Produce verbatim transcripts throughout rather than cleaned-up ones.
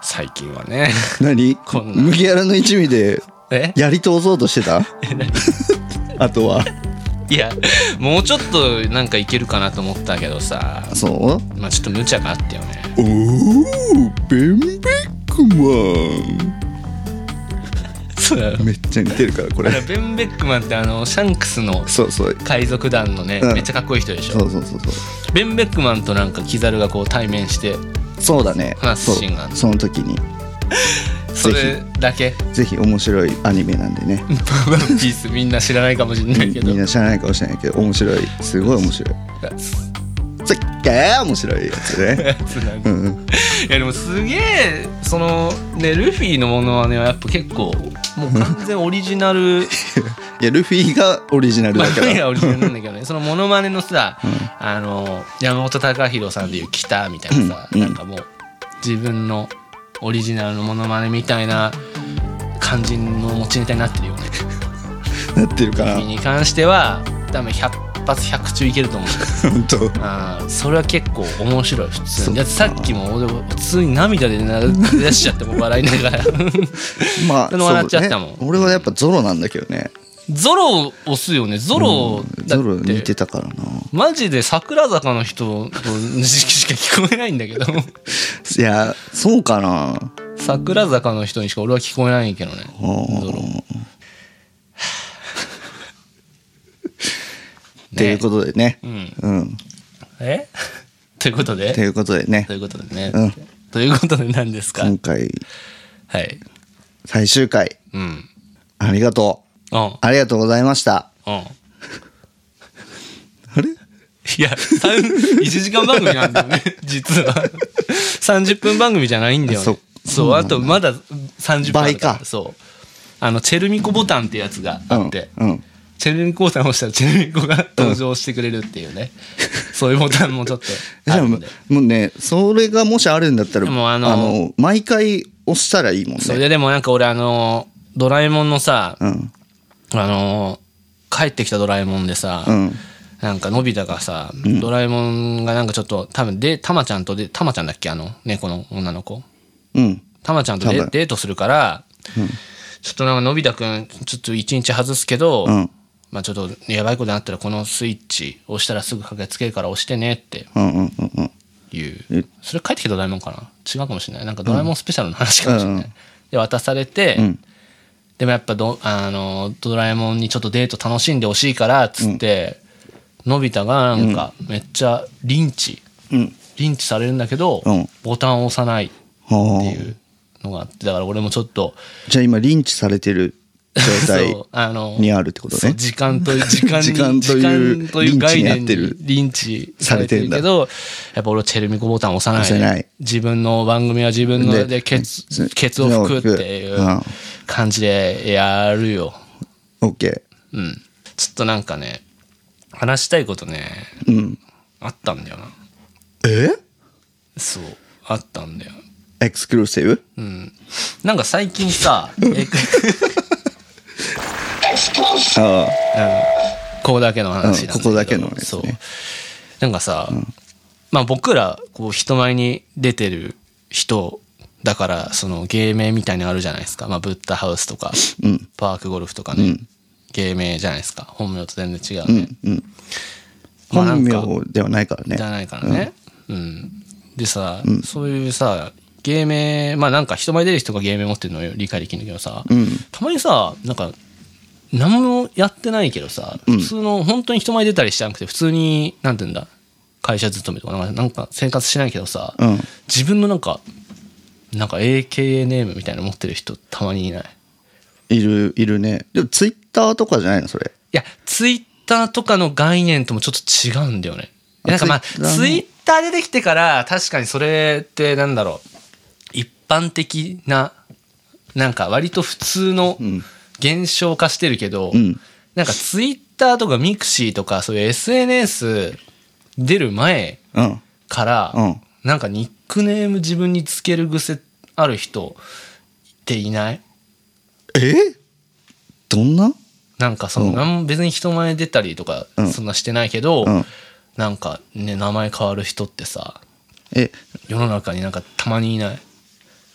最近はね。 何麦わらの一味でやり通そうとしてたあとはいやもうちょっとなんかいけるかなと思ったけどさ。 そうまあちょっと無茶があったよね。 おーベンベックマンそうめっちゃ似てるからこれ。 ベンベックマンってあのシャンクスの海賊団のね、 うん、 めっちゃかっこいい人でしょ。 そうそうそうそうベンベックマンとなんかキザルがこう対面してそうだね話すシーンがある。 そ, その時にそれだけぜひ面白いアニメなんでねワンピースみんな知らないかもしれないけどみんな知らないかもしれないけど面白いすごい面白いすっげえ面白いやつねやつなんだ、うん、いやでもすげえそのねルフィのものはねやっぱ結構もう完全オリジナルいやルフィがオリジナルだから、まあ、 ルフィがオリジナルなんだけどねそのモノマネのさ、うん、あの山本貴弘さんでいうキタみたいなさ、うん、なんかもう自分のオリジナルのモノマネみたいな感じの持ちネタになってるよねなってるかな。 ルフィに関しては多分ひゃく発ひゃく中いけると思う本当あそれは結構面白い普通に。だってさっきも俺普通に涙で出しちゃっても笑いながらまあ笑っちゃったもん、ね、 俺はやっぱゾロなんだけどね。 ゾロ押すよねゾロ、 うん、ゾロ似てたからな。 マジで桜坂の人としか聞こえないんだけどいやそうかな桜坂の人にしか俺は聞こえないけどねゾロということでね、 うんうん、 えということでということでねということでね、 うん、 ということで何ですか今回はい最終回、 うん、 ありがとう、うん、ありがとうございました、 うん、 あれいやいちじかん番組なんだよね実はさんじゅっぷん番組じゃないんだよね。そ, そうあとまださんじゅっぷんあるから倍か。 そうあのチェルミコボタンってやつがあって、 うんうん、 チェルミコボタンを押したらチェルミコが登場してくれるっていうね、うん、そういうボタンもちょっとあるんでもうねそれがもしあるんだったらもうあのあの毎回押したらいいもんね。 それでもなんか俺あのドラえもんのさ、うん、あの帰ってきたドラえもんでさ、うん、なんかのび太がさ、うん、ドラえもんがなんかちょっと多分でたまちゃんとでたまちゃんだっけあの猫の女の子、うん、たまちゃんと デ, デートするから、うん、ちょっとなんかのび太くんちょっと一日外すけど、うん、まあちょっとやばいことになったらこのスイッチ押したらすぐ駆けつけるから押してねっていう、うんうんうんうん、それ帰ってきたドラえもんかな違うかもしれないなんかドラえもんスペシャルの話かもしれない、うん、で渡されて、うん、でもやっぱ ど, あのドラえもんにちょっとデート楽しんでほしいからっつって、うん、のび太がなんかめっちゃリンチ、うん、リンチされるんだけど、うん、ボタンを押さないっていうのがあってだから俺もちょっとじゃあ今リンチされてる状態にあるってことね。 時間という時間に時間というという概念にリンチされてるけどやっぱ俺チェルミコボタン押さない、 押せない自分の番組は自分のでケツケツを拭くっていう感じでやるよ。 OK、 うん、ちょっとなんかね話したいことね、うん、あったんだよな。 えそうあったんだよエクスクルーシブ、 うん、なんか最近さああここだけの話なんだけど、 うん、ここだけの、ね、 そうなんかさ、うん、まあ僕らこう人前に出てる人だからその芸名みたいにあるじゃないですか、まあ、ブッダハウスとか、うん、パークゴルフとかね、うん、芸名じゃないですか。本名と全然違うね、うんうんまあ、本名ではないからねじゃないからね、うん、うん、でさ、うん、そういうさ芸名まあなんか人前出る人が芸名持ってるのを理解できるんだけどさ、うん、たまにさなんか何もやってないけどさ、うん、普通の本当に人前出たりしてなくて普通になんていうんだ会社勤めとかなんか生活しないけどさ、うん、自分のなんかなんか エーケーエー ネームみたいなの持ってる人たまにいない？ いるいるね。でもツイッターとかじゃないのそれ？ いやツイッターとかの概念ともちょっと違うんだよね。なんかまあツイッター出てきてから確かにそれってなんだろう一般的ななんか割と普通の現象化してるけど、うん、なんかツイッターとかミクシーとかそういう エスエヌエス 出る前から、うんうん、なんかニックネーム自分につける癖ある人っていない？ え？どんな？ なんかその、うん、別に人前出たりとかそんなしてないけど、うん、なんかね名前変わる人ってさえ世の中になんかたまにいない？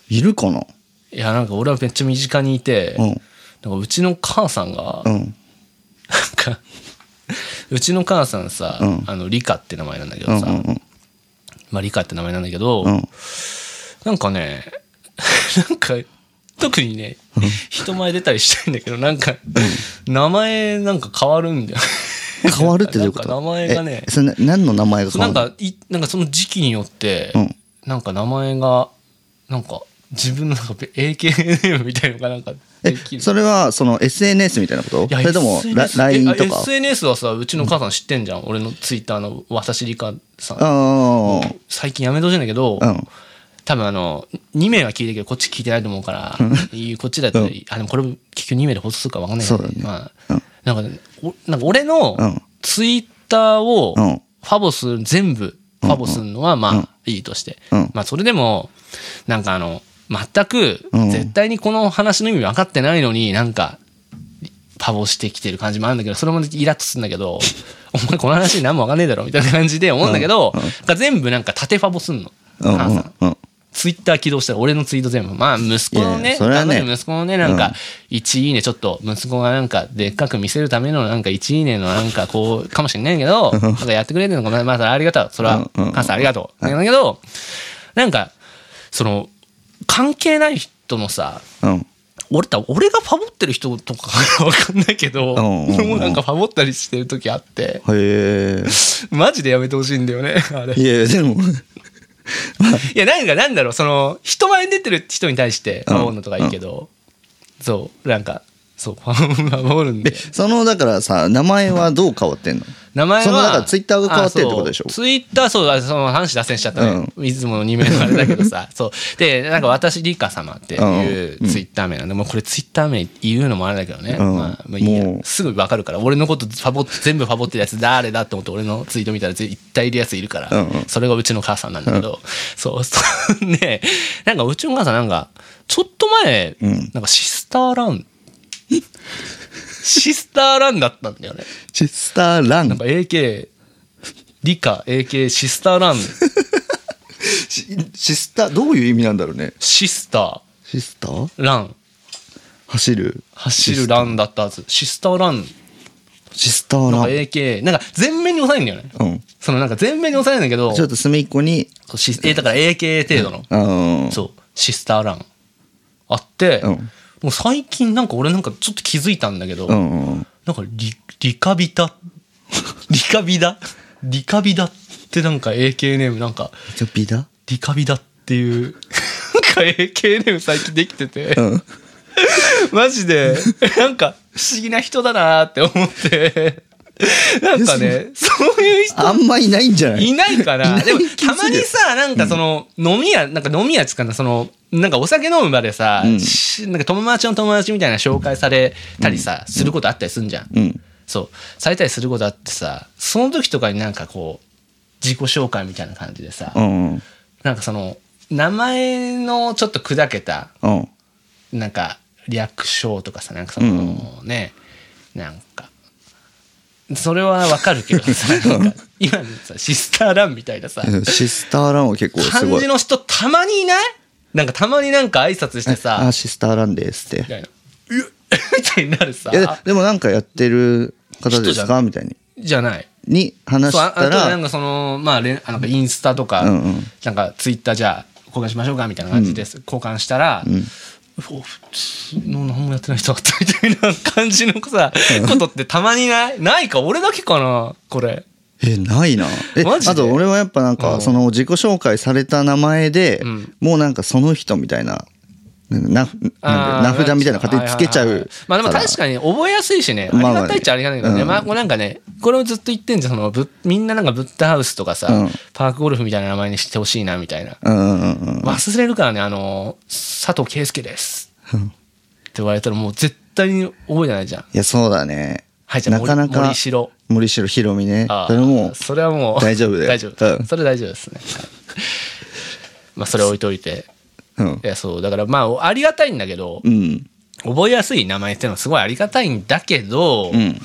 いるかな。 いやなんか俺はめっちゃ身近にいて、うん、なんかうちの母さんが、うん、なんかうちの母さんさ、うん、あのリカって名前なんだけどさ、うんうんうん、まあリカって名前なんだけど、うん、なんかねなんか特にね、うん、人前出たりしたいんだけどなんか、うん、名前なんか変わるんだよ変わるってどういうこと？ 名前がね、 それ何の名前が変わるの？ なんかいなんかその時期によって、うん、なんか名前がなんか自分のなんか エーケーエヌエム みたいのがなんかできる。 えそれはその エスエヌエス みたいなこと？それとも ライン とか？ エスエヌエス はさうちの母さん知ってんじゃん、うん、俺のツイッターの私リカさん最近やめてほしいんだけど、うん、多分あのに名は聞いてるけどこっち聞いてないと思うからこっちだったら、うん、あでもこれ結局に名で放送するか分かんないけど、ねねまあうん、なんかねなんか俺のツイッターをファボする全部ファボするのはまあいいとして、うん、まあそれでもなんかあの全く絶対にこの話の意味分かってないのになんかファボしてきてる感じもあるんだけどそれもイラッとするんだけどお前この話何も分かんねえだろみたいな感じで思うんだけど、うん、全部なんか縦ファボすんの、うん、母さん、うん、ツイッター起動したら俺のツイート全部まあ息子のね頑張る息子のねなんかいちいいねちょっと息子がなんかでっかく見せるためのなんかいちいいねのなんかこうかもしれないけどなんかやってくれてるのかまあありがとうそれは母さんありがとうだけどなんかその関係ない人のさ、うん、俺た俺がファボってる人とかわかんないけど、うんうんうん、もうなんかファボったりしてる時あってへマジでやめてほしいんだよねあれ。 いやでもいやなんかなんだろうその人前に出てる人に対してファボるのとかいいけど、うんうん、そうなんかそうファボるんでそのだからさ名前はどう変わってんの？名前はそのだからツイッターが変わってるってことでしょ？ ツイッターそうその話脱線しちゃったね、うん、いつものに名のあれだけどさそうでなんか私リカ様っていうツイッター名なんで、うん、もうこれツイッター名言うのもあれだけどね、うん、まあ、まあいいやすぐ分かるから俺のことファボ全部ファボってるやつ誰だって思って俺のツイート見たら絶対いるやついるから、うんうん、それがうちの母さんなんだけど、うん、そうそうねなんかうちの母さんなんかちょっと前、うん、なんかシスターランシスターランだったんだよね。 シスターランなんか エーケー リカ エーケー シスターランシスターどういう意味なんだろうね。 シスターシスターラン走る走るランだったはず。シスターランシスターランなんか エーケー なんか全面に押さえるんだよね、うん、そのなんか全面に押さえるんだけどちょっと隅っこにシス、えー、だから エーケー 程度の、うん、そうシスターランあって、うん、もう最近なんか俺なんかちょっと気づいたんだけど、うんうん、なんかリリカビタリカビダリカビダってなんか エーケー ネームなんかリカビダリカビダっていうなんか エーケー ネーム最近できてて、うん、マジでなんか不思議な人だなって思ってなんかねそういう人あんまいないんじゃないいないかな。でもたまにさなんかその、うん、飲み屋なんか飲み屋つかなそのなんかお酒飲む場でさ、うん、なんか友達の友達みたいな紹介されたりさ、うん、することあったりするんじゃん、うん、そうされたりすることあってさその時とかになんかこう自己紹介みたいな感じでさ、うん、なんかその名前のちょっと砕けた、うん、なんか略称とかさなんかその、うん、ねなんかそれはわかるけどさなんか今のさシスターランみたいなさシスターランは結構すごい感じの人たまにいないなんかたまになんか挨拶してさあシスターランですってみたいなみたいになるさいやでもなんかやってる方ですかみたいにじゃないに話したらあとなんかそのまあなんかインスタとか、うんうん、なんかツイッターじゃあ交換しましょうかみたいな感じで交換したら、うん、普通の何もやってない人だったみたいな感じのさことってたまにないないか俺だけかなこれえないなえあと俺はやっぱなんかその自己紹介された名前で、うん、もうなんかその人みたいなな名札みたいな勝手につけちゃう、はいはいはい、 まあでも確かに覚えやすいしねありがたいっちゃありがたいけどね、まあ、まあなんかねこれをずっと言ってんじゃんそのぶみんななんかブッダハウスとかさ、うん、パークゴルフみたいな名前にしてほしいなみたいな、うんうんうん、忘れるからねあの佐藤圭介ですって言われたらもう絶対に覚えてないじゃん。 いやそうだねはいじゃあなかなか森城森城ひろみねそれもそれはもう大丈夫だよ大丈夫、うん、それ大丈夫ですね、はい、まあそれ置いといてうん、いやそうだからまあありがたいんだけど、うん、覚えやすい名前っていうのはすごいありがたいんだけど、うん、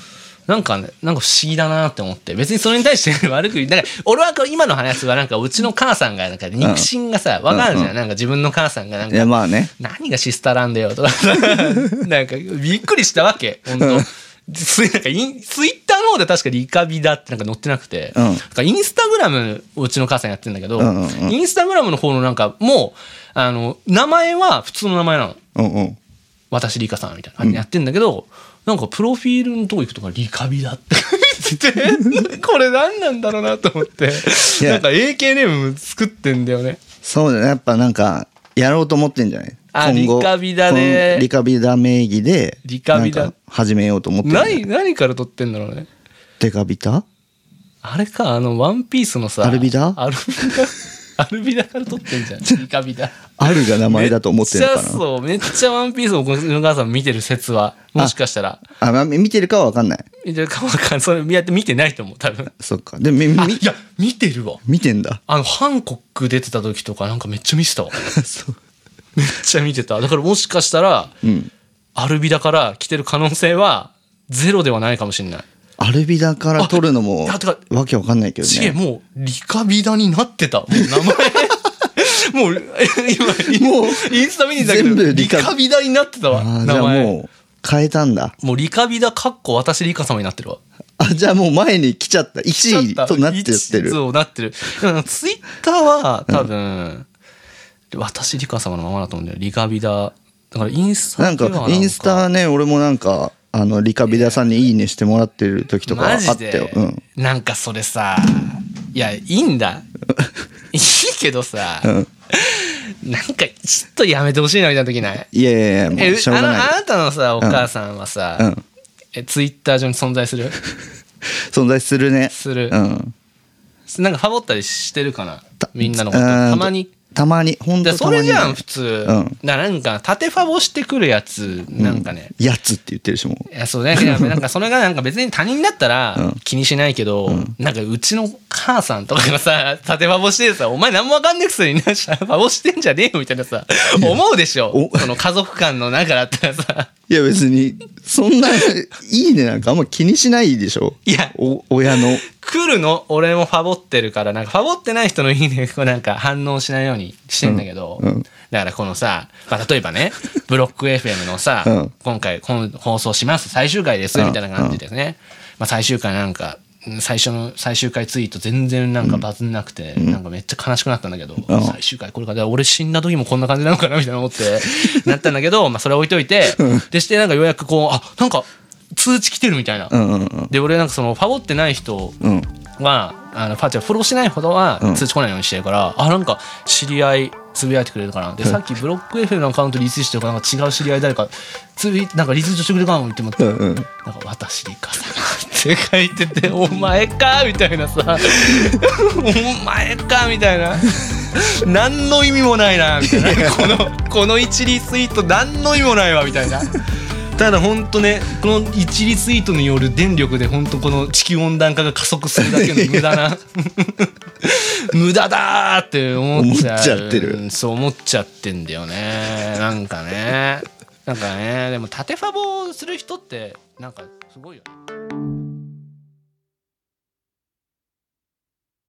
なんかね、なんか不思議だなって思って、別にそれに対して悪く言う、だから俺は今の話はなんかうちの母さんがなんか肉親がさ、わかるじゃん、なんか自分の母さんがなんか、 いやまあね、 何がシスターなんだよとかなんかびっくりしたわけ、本当。ツイなんかインツイッターの方で確かリカビダってなんか載ってなくて、うん、なんかインスタグラムうちの母さんやってるんだけど、うんうんうん、インスタグラムの方のなんかもうあの名前は普通の名前なの、うんうん、私リカさんみたいな感じでやってんだけど、うん、なんかプロフィールのとこ行くとかリカビダって書いててこれ何なんだろうなと思ってなんか エーケー ネーム作ってんだよね。 そうだね、やっぱなんかやろうと思ってんじゃない。 あ、リカビダでリカビダ名義でリカビダ始めようと思ってる、 ね、何何から取ってんだろうね。 デカビタ、 あれか、あのワンピースのさアルビダアルビダアルビダから取ってんじゃんリカビダ。 アルが名前だと思ってるのかな。 めっちゃそう、めっちゃワンピースをこの母さん見てる説はもしかしたら、 ああ、見てるかは分かんない。 見てるかは分かんない、それ見てないと思う多分。 そっか、でもみみいや見てるわ。 見てんだ。 あのハンコック出てた時とかなんかめっちゃ見てたわそうめっちゃ見てた。だからもしかしたら、うん、アルビダから来てる可能性はゼロではないかもしれない。アルビダから取るのもわけわかんないけどね。 もうリカビダになってた。もう名前もう今もうインスタ見に行ったけどリカビダになってたわ。 あ、じゃあもう変えたんだ。 もうリカビダかっこ私リカ様になってるわ。 あ、じゃあもう前に来ちゃった。いちいとなっちゃってる。 そうなってる。ツイッターは多分、うん私リカ様のままだと思うんだよ。リカビダだからインスタなんかインスタね、俺もなんかあのリカビダさんにいいねしてもらってる時とかあったよ。うん、 なんかそれさ、いやいいんだいいけどさ、うん、なんかちょっとやめてほしいなみたいな時ない？ いやいやいや、もうしょうがない。あの、 あなたのさお母さんはさ、うん、えツイッター上に存在する？ 存在するね。 する。うん。なんかファボったりしてるかな？みんなのことたまに。 たまに本当たまに、ね、 それじゃん普通、うん、だなんか縦ファボしてくるやつなんかね、 うん、やつって言ってるしもいやそうね、なんかそれがなんか別に他人だったら気にしないけど、うん、なんかうちの母さんとかがさ縦ファボしてさ、お前何も分かんねえくせにファボしてんじゃねえよみたいなさ思うでしょ。その家族間の中だったらさ、 いや別にそんないいねなんかあんま気にしないでしょ。 いやお親の来るの俺もファボってるから、なんかファボってない人のいいねなんか反応しないようにしてんだけど、うんうん、だからこのさ、まあ、例えばねブロック エフエム のさ、うん、今回今放送します最終回ですみたいな感じですね、まあ、最終回なんか最初の最終回ツイート全然なんかバズんなくて、うん、なんかめっちゃ悲しくなったんだけど、うん、最終回これから俺死んだ時もこんな感じなのかなみたいな思ってなったんだけど、まあそれ置いといて、うん、でしてなんかようやくこうあなんか通知来てるみたいな、うんうんうん、で俺なんかそのファボってない人は、うん、あのファフォローしないほどは通知来ないようにしてるから、うん、あなんか知り合いつぶやいてくれるかなで、さっきブロック エフエム のアカウントリツイートしてるからなんか違う知り合い誰かつぶなんかリツイートしてくれるかも言ってもらって、うんうん、なんか私リカさんって書いててお前かみたいなさお前かみたいな何の意味もないなみたいなこのこの一リツイート何の意味もないわみたいな。ただ本当ね、この一リツイートによる電力で本当この地球温暖化が加速するだけの無駄な無駄だーって思っちゃう。思っちゃってる。そう思っちゃってんだよね。なんかね、なんかね、でも縦ファボする人ってなんかすごいよね。